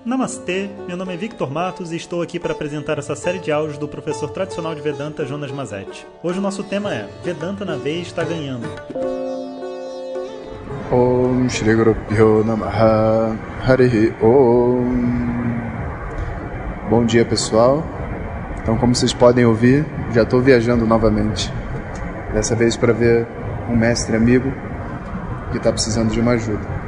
Namastê, meu nome é Victor Matos e estou aqui para apresentar essa série de áudios do professor tradicional de Vedanta, Jonas Mazetti. Hoje o nosso tema é Vedanta na veia está ganhando. Om Shri Guru Pyo Namaha Harihi Om. Bom dia, pessoal. Então, como vocês podem ouvir, já estou viajando novamente. Dessa vez para ver um mestre amigo que está precisando de uma ajuda.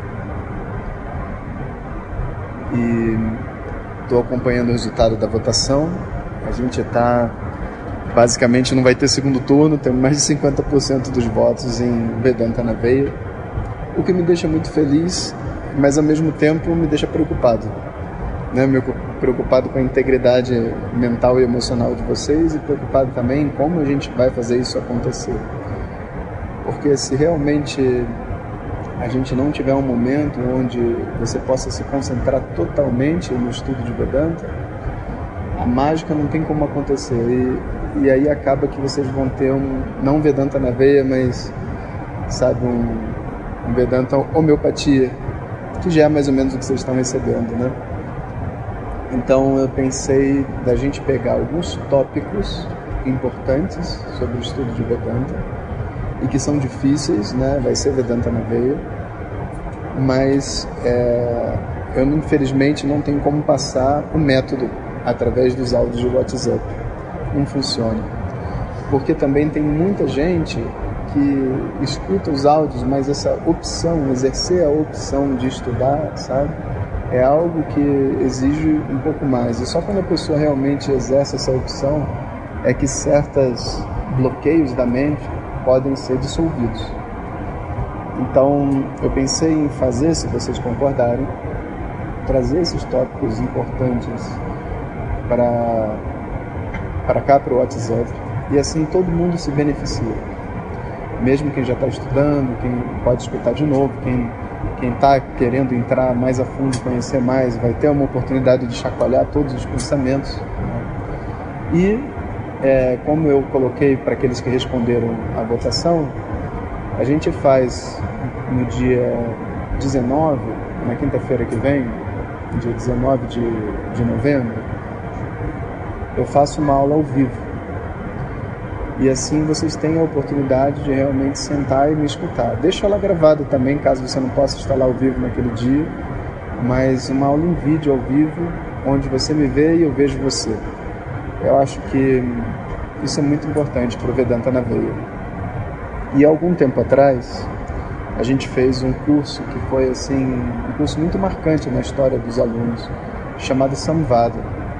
E estou acompanhando o resultado da votação. A gente basicamente não vai ter segundo turno, temos mais de 50% dos votos em Vedanta na veia, o que me deixa muito feliz, mas ao mesmo tempo me deixa preocupado, né? Preocupado com a integridade mental e emocional de vocês e preocupado também em como a gente vai fazer isso acontecer. Porque se realmente a gente não tiver um momento onde você possa se concentrar totalmente no estudo de Vedanta, a mágica não tem como acontecer. E aí acaba que vocês vão ter não um Vedanta na veia, mas, sabe, um Vedanta homeopatia, que já é mais ou menos o que vocês estão recebendo, né? Então eu pensei da gente pegar alguns tópicos importantes sobre o estudo de Vedanta, e que são difíceis, né? Vai ser Vedanta na veia, mas eu infelizmente não tenho como passar o método através dos áudios de WhatsApp. Não funciona, porque também tem muita gente que escuta os áudios, mas essa opção, exercer a opção de estudar, sabe, é algo que exige um pouco mais, e só quando a pessoa realmente exerce essa opção é que certos bloqueios da mente podem ser dissolvidos. Então eu pensei em fazer, se vocês concordarem, trazer esses tópicos importantes para cá, para o WhatsApp, e assim todo mundo se beneficia, mesmo quem já está estudando, quem pode escutar de novo, quem está querendo entrar mais a fundo, conhecer mais, vai ter uma oportunidade de chacoalhar todos os pensamentos, né? E como eu coloquei para aqueles que responderam à votação, a gente faz no dia 19, na quinta-feira que vem, dia 19 de novembro, eu faço uma aula ao vivo. E assim vocês têm a oportunidade de realmente sentar e me escutar. Deixo ela gravada também, caso você não possa estar lá ao vivo naquele dia, mas uma aula em vídeo ao vivo, onde você me vê e eu vejo você. Eu acho que isso é muito importante para o Vedanta na veia. E há algum tempo atrás, a gente fez um curso que foi assim, um curso muito marcante na história dos alunos, chamado Samvada.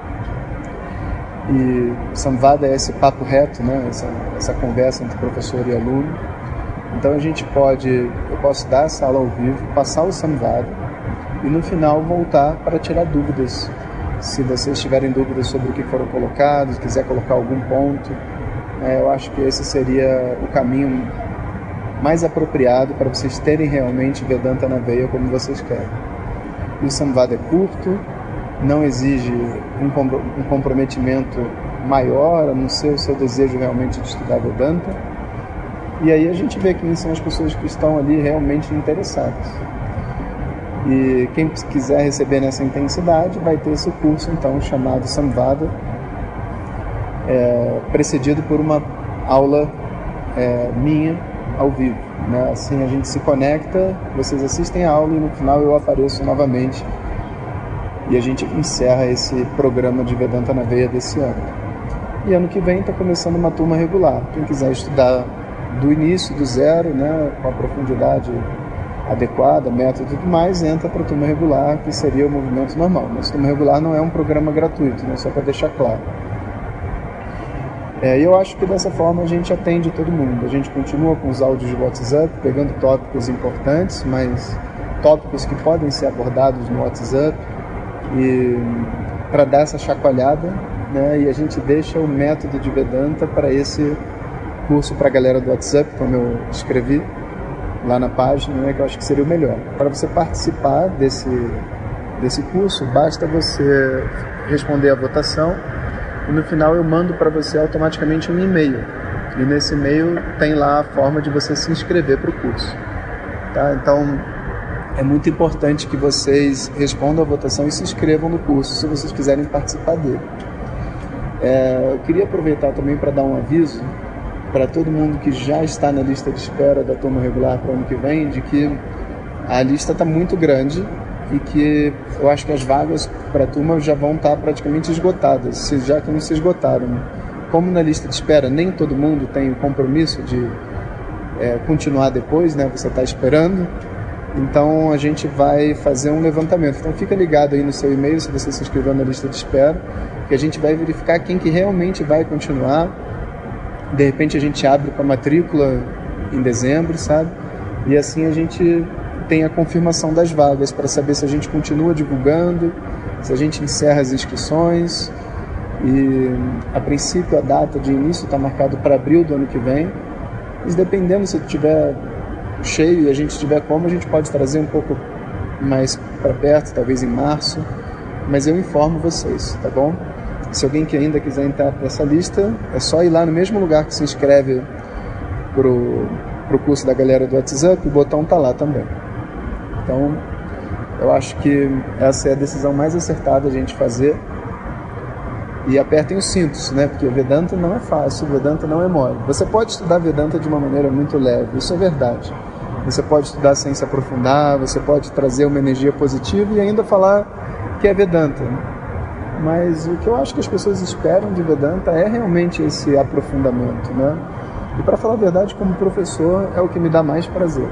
E Samvada é esse papo reto, né? essa conversa entre professor e aluno. Então eu posso dar essa aula ao vivo, passar o Samvada e no final voltar para tirar dúvidas. Se vocês tiverem dúvidas sobre o que foram colocados, quiser colocar algum ponto, eu acho que esse seria o caminho mais apropriado para vocês terem realmente Vedanta na veia como vocês querem. E o Samvada é curto, não exige um comprometimento maior, a não ser o seu desejo realmente de estudar Vedanta. E aí a gente vê quem são as pessoas que estão ali realmente interessadas. E quem quiser receber nessa intensidade vai ter esse curso então chamado Samvada, precedido por uma aula minha ao vivo, né? Assim a gente se conecta, vocês assistem a aula e no final eu apareço novamente e a gente encerra esse programa de Vedanta na veia desse ano. E ano que vem está começando uma turma regular. Quem quiser estudar do início, do zero, né, com a profundidade adequada, método e tudo mais, entra para a turma regular, que seria o movimento normal. Mas a turma regular não é um programa gratuito, né? Só para deixar claro. E eu acho que dessa forma a gente atende todo mundo. A gente continua com os áudios de WhatsApp, pegando tópicos importantes, mas tópicos que podem ser abordados no WhatsApp, e para dar essa chacoalhada, né? E a gente deixa o método de Vedanta para esse curso para a galera do WhatsApp, como eu escrevi lá na página, né, que eu acho que seria o melhor. Para você participar desse curso, basta você responder a votação e no final eu mando para você automaticamente um e-mail. E nesse e-mail tem lá a forma de você se inscrever para o curso. Tá? Então, é muito importante que vocês respondam à votação e se inscrevam no curso, se vocês quiserem participar dele. Eu queria aproveitar também para dar um aviso para todo mundo que já está na lista de espera da turma regular para o ano que vem, de que a lista está muito grande e que eu acho que as vagas para a turma já vão estar praticamente esgotadas, já que não se esgotaram. Como na lista de espera nem todo mundo tem o compromisso de continuar depois, né? Você está esperando, então a gente vai fazer um levantamento. Então fica ligado aí no seu e-mail, se você se inscreveu na lista de espera, que a gente vai verificar quem que realmente vai continuar. De repente a gente abre com a matrícula em dezembro, sabe? E assim a gente tem a confirmação das vagas para saber se a gente continua divulgando, se a gente encerra as inscrições. E a princípio a data de início está marcado para abril do ano que vem. Mas dependendo, se estiver cheio e a gente tiver como, a gente pode trazer um pouco mais para perto, talvez em março. Mas eu informo vocês, tá bom? Se alguém que ainda quiser entrar nessa lista, é só ir lá no mesmo lugar que se inscreve pro curso da galera do WhatsApp, o botão tá lá também. Então, eu acho que essa é a decisão mais acertada a gente fazer. E apertem os cintos, né? Porque Vedanta não é fácil, Vedanta não é mole. Você pode estudar Vedanta de uma maneira muito leve, isso é verdade. Você pode estudar sem se aprofundar, você pode trazer uma energia positiva e ainda falar que é Vedanta. Mas o que eu acho que as pessoas esperam de Vedanta é realmente esse aprofundamento, né? E para falar a verdade, como professor, é o que me dá mais prazer.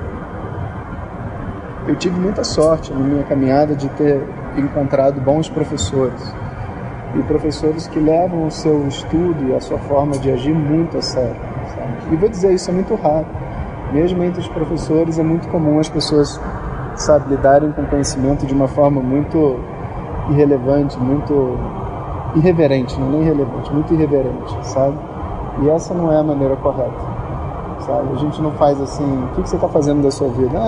Eu tive muita sorte na minha caminhada de ter encontrado bons professores. E professores que levam o seu estudo e a sua forma de agir muito a sério, sabe? E vou dizer, isso é muito raro. Mesmo entre os professores é muito comum as pessoas, sabe, lidarem com conhecimento de uma forma muito irrelevante, muito irreverente, não é nem irrelevante, muito irreverente, sabe? E essa não é a maneira correta, sabe? A gente não faz assim, o que você está fazendo da sua vida?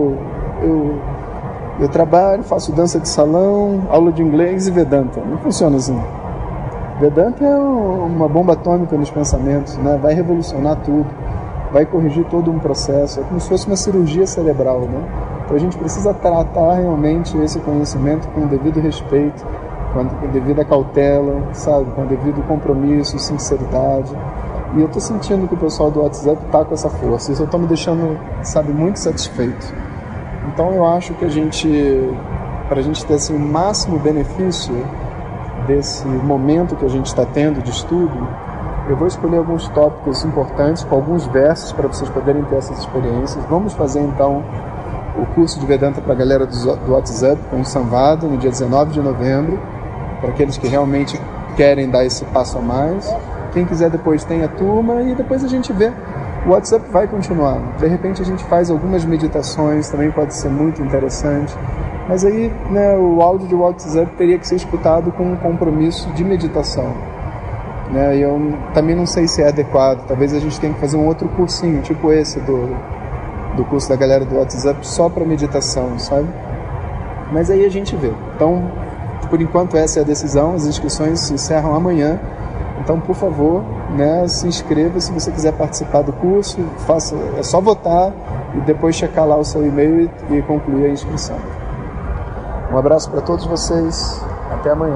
Eu trabalho, faço dança de salão, aula de inglês e Vedanta. Não funciona assim. Vedanta é uma bomba atômica nos pensamentos, né? Vai revolucionar tudo, vai corrigir todo um processo. É como se fosse uma cirurgia cerebral, né? Então a gente precisa tratar realmente esse conhecimento com o devido respeito, com a devida cautela, sabe? Com o devido compromisso, sinceridade. E eu estou sentindo que o pessoal do WhatsApp está com essa força. Isso está me deixando, sabe, muito satisfeito. Então eu acho que para a gente ter assim, o máximo benefício desse momento que a gente está tendo de estudo, eu vou escolher alguns tópicos importantes com alguns versos para vocês poderem ter essas experiências. Vamos fazer então o curso de Vedanta para a galera do WhatsApp com o Samvada no dia 19 de novembro, para aqueles que realmente querem dar esse passo a mais. Quem quiser depois tem a turma e depois a gente vê. O WhatsApp vai continuar. De repente a gente faz algumas meditações, também pode ser muito interessante. Mas aí, né, o áudio de WhatsApp teria que ser escutado com um compromisso de meditação. Né? E eu também não sei se é adequado. Talvez a gente tenha que fazer um outro cursinho, tipo esse do curso da galera do WhatsApp, só para meditação, sabe? Mas aí a gente vê. Então, por enquanto essa é a decisão. As inscrições se encerram amanhã. Então, por favor, né, se inscreva se você quiser participar do curso. É só votar e depois checar lá o seu e-mail e concluir a inscrição. Um abraço para todos vocês. Até amanhã.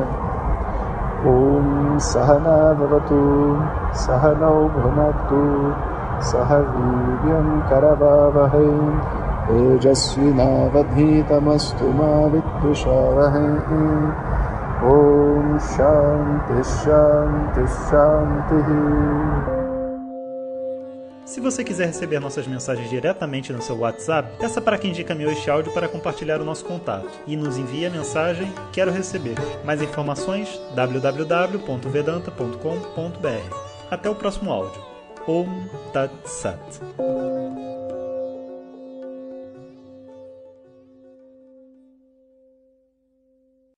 Om Sahana Bhavatu Sahanau Bhunaktu Sahaviryam Karavavahai Tejasvinavadhitamastu ma Vidushavahai. Om Shanti Shanti Shanti. Se você quiser receber nossas mensagens diretamente no seu WhatsApp, peça para quem encaminhou este áudio para compartilhar o nosso contato e nos envie a mensagem "Quero receber". Mais informações www.vedanta.com.br. Até o próximo áudio. Om Tat Sat.